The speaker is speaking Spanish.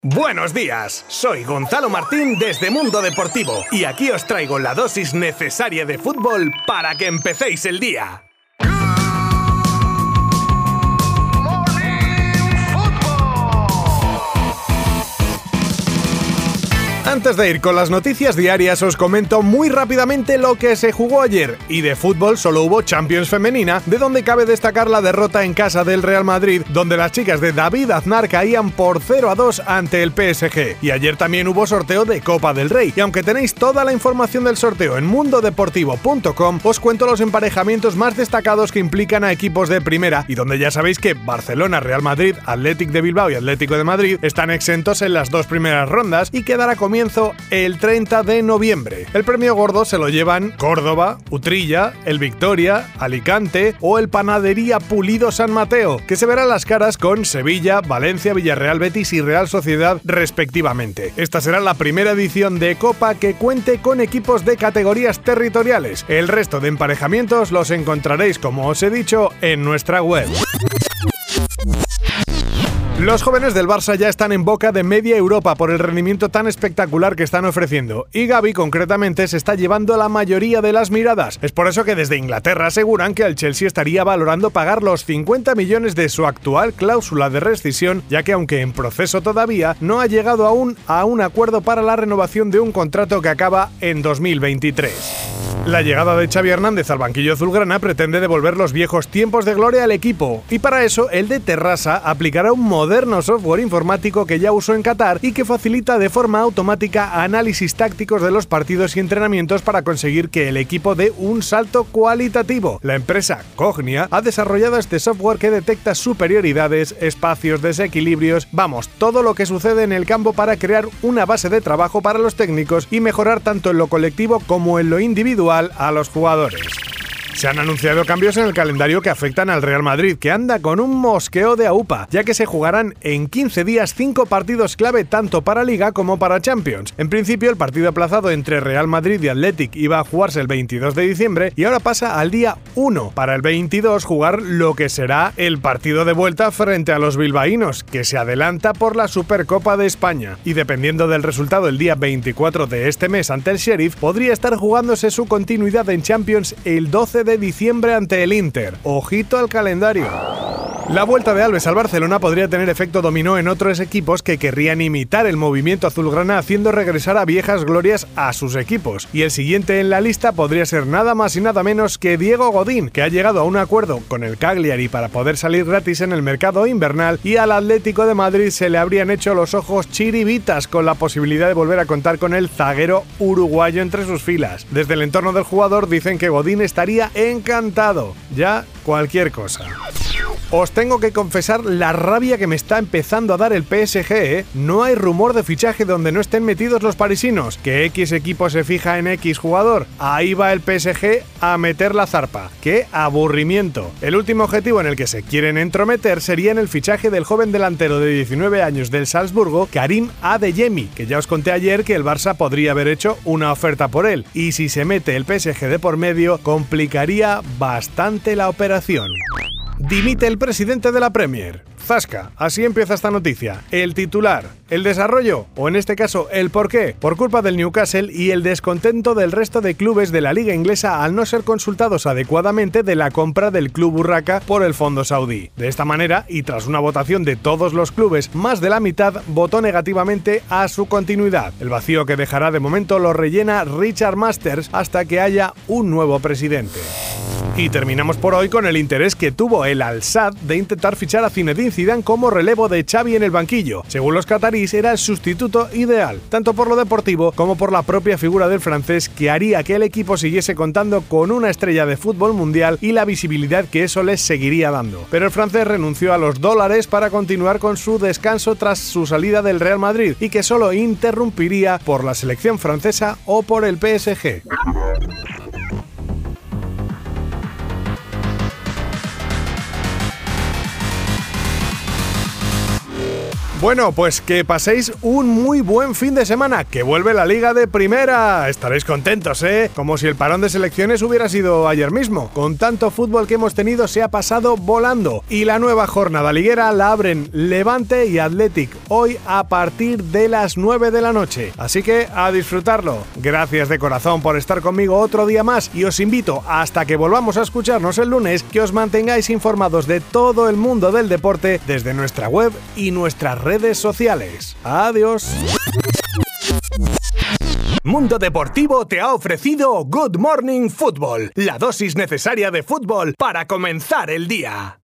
Buenos días, soy Gonzalo Martín desde Mundo Deportivo y aquí os traigo la dosis necesaria de fútbol para que empecéis el día. Antes de ir con las noticias diarias os comento muy rápidamente lo que se jugó ayer, y de fútbol solo hubo Champions femenina, de donde cabe destacar la derrota en casa del Real Madrid, donde las chicas de David Aznar caían por 0-2 ante el PSG. Y ayer también hubo sorteo de Copa del Rey, y aunque tenéis toda la información del sorteo en mundodeportivo.com, os cuento los emparejamientos más destacados que implican a equipos de primera, y donde ya sabéis que Barcelona, Real Madrid, Athletic de Bilbao y Atlético de Madrid están exentos en las dos primeras rondas y quedará comienzo el 30 de noviembre. El premio gordo se lo llevan Córdoba, Utrilla, el Victoria, Alicante o el Panadería Pulido San Mateo, que se verán las caras con Sevilla, Valencia, Villarreal, Betis y Real Sociedad respectivamente. Esta será la primera edición de Copa que cuente con equipos de categorías territoriales. El resto de emparejamientos los encontraréis, como os he dicho, en nuestra web. Los jóvenes del Barça ya están en boca de media Europa por el rendimiento tan espectacular que están ofreciendo, y Gavi concretamente se está llevando la mayoría de las miradas. Es por eso que desde Inglaterra aseguran que el Chelsea estaría valorando pagar los 50 millones de su actual cláusula de rescisión, ya que aunque en proceso todavía, no ha llegado aún a un acuerdo para la renovación de un contrato que acaba en 2023. La llegada de Xavi Hernández al banquillo azulgrana pretende devolver los viejos tiempos de gloria al equipo, y para eso el de Terrassa aplicará un moderno software informático que ya usó en Qatar y que facilita de forma automática análisis tácticos de los partidos y entrenamientos para conseguir que el equipo dé un salto cualitativo. La empresa Cognia ha desarrollado este software que detecta superioridades, espacios, desequilibrios, todo lo que sucede en el campo para crear una base de trabajo para los técnicos y mejorar tanto en lo colectivo como en lo individual a los jugadores. Se han anunciado cambios en el calendario que afectan al Real Madrid, que anda con un mosqueo de aupa, ya que se jugarán en 15 días 5 partidos clave tanto para Liga como para Champions. En principio, el partido aplazado entre Real Madrid y Athletic iba a jugarse el 22 de diciembre y ahora pasa al día 1, para el 22 jugar lo que será el partido de vuelta frente a los bilbaínos, que se adelanta por la Supercopa de España. Y dependiendo del resultado el día 24 de este mes ante el Sheriff, podría estar jugándose su continuidad en Champions el 12 de diciembre ante el Inter. Ojito al calendario. La vuelta de Alves al Barcelona podría tener efecto dominó en otros equipos que querrían imitar el movimiento azulgrana, haciendo regresar a viejas glorias a sus equipos. Y el siguiente en la lista podría ser nada más y nada menos que Diego Godín, que ha llegado a un acuerdo con el Cagliari para poder salir gratis en el mercado invernal, y al Atlético de Madrid se le habrían hecho los ojos chiribitas con la posibilidad de volver a contar con el zaguero uruguayo entre sus filas. Desde el entorno del jugador dicen que Godín estaría encantado. Ya cualquier cosa. Os tengo que confesar la rabia que me está empezando a dar el PSG, ¿eh? No hay rumor de fichaje donde no estén metidos los parisinos. ¿Que X equipo se fija en X jugador? Ahí va el PSG a meter la zarpa. ¡Qué aburrimiento! El último objetivo en el que se quieren entrometer sería en el fichaje del joven delantero de 19 años del Salzburgo, Karim Adeyemi, que ya os conté ayer que el Barça podría haber hecho una oferta por él. Y si se mete el PSG de por medio, complicaría bastante la operación. Dimite el presidente de la Premier. Zasca, así empieza esta noticia. El titular, el desarrollo, o en este caso el porqué, por culpa del Newcastle y el descontento del resto de clubes de la liga inglesa al no ser consultados adecuadamente de la compra del club Urraca por el fondo saudí. De esta manera, y tras una votación de todos los clubes, más de la mitad votó negativamente a su continuidad. El vacío que dejará de momento lo rellena Richard Masters hasta que haya un nuevo presidente. Y terminamos por hoy con el interés que tuvo el Al-Sadd de intentar fichar a Zinedine Zidane como relevo de Xavi en el banquillo. Según los cataríes, era el sustituto ideal, tanto por lo deportivo como por la propia figura del francés, que haría que el equipo siguiese contando con una estrella de fútbol mundial y la visibilidad que eso les seguiría dando. Pero el francés renunció a los dólares para continuar con su descanso tras su salida del Real Madrid, y que solo interrumpiría por la selección francesa o por el PSG. Bueno, pues que paséis un muy buen fin de semana, que vuelve la Liga de Primera. Estaréis contentos, ¿eh? Como si el parón de selecciones hubiera sido ayer mismo. Con tanto fútbol que hemos tenido se ha pasado volando. Y la nueva jornada liguera la abren Levante y Athletic hoy a partir de las 9 de la noche. Así que a disfrutarlo. Gracias de corazón por estar conmigo otro día más y os invito hasta que volvamos a escucharnos el lunes que os mantengáis informados de todo el mundo del deporte desde nuestra web y nuestras redes sociales. Adiós. Mundo Deportivo te ha ofrecido Good Morning Football, la dosis necesaria de fútbol para comenzar el día.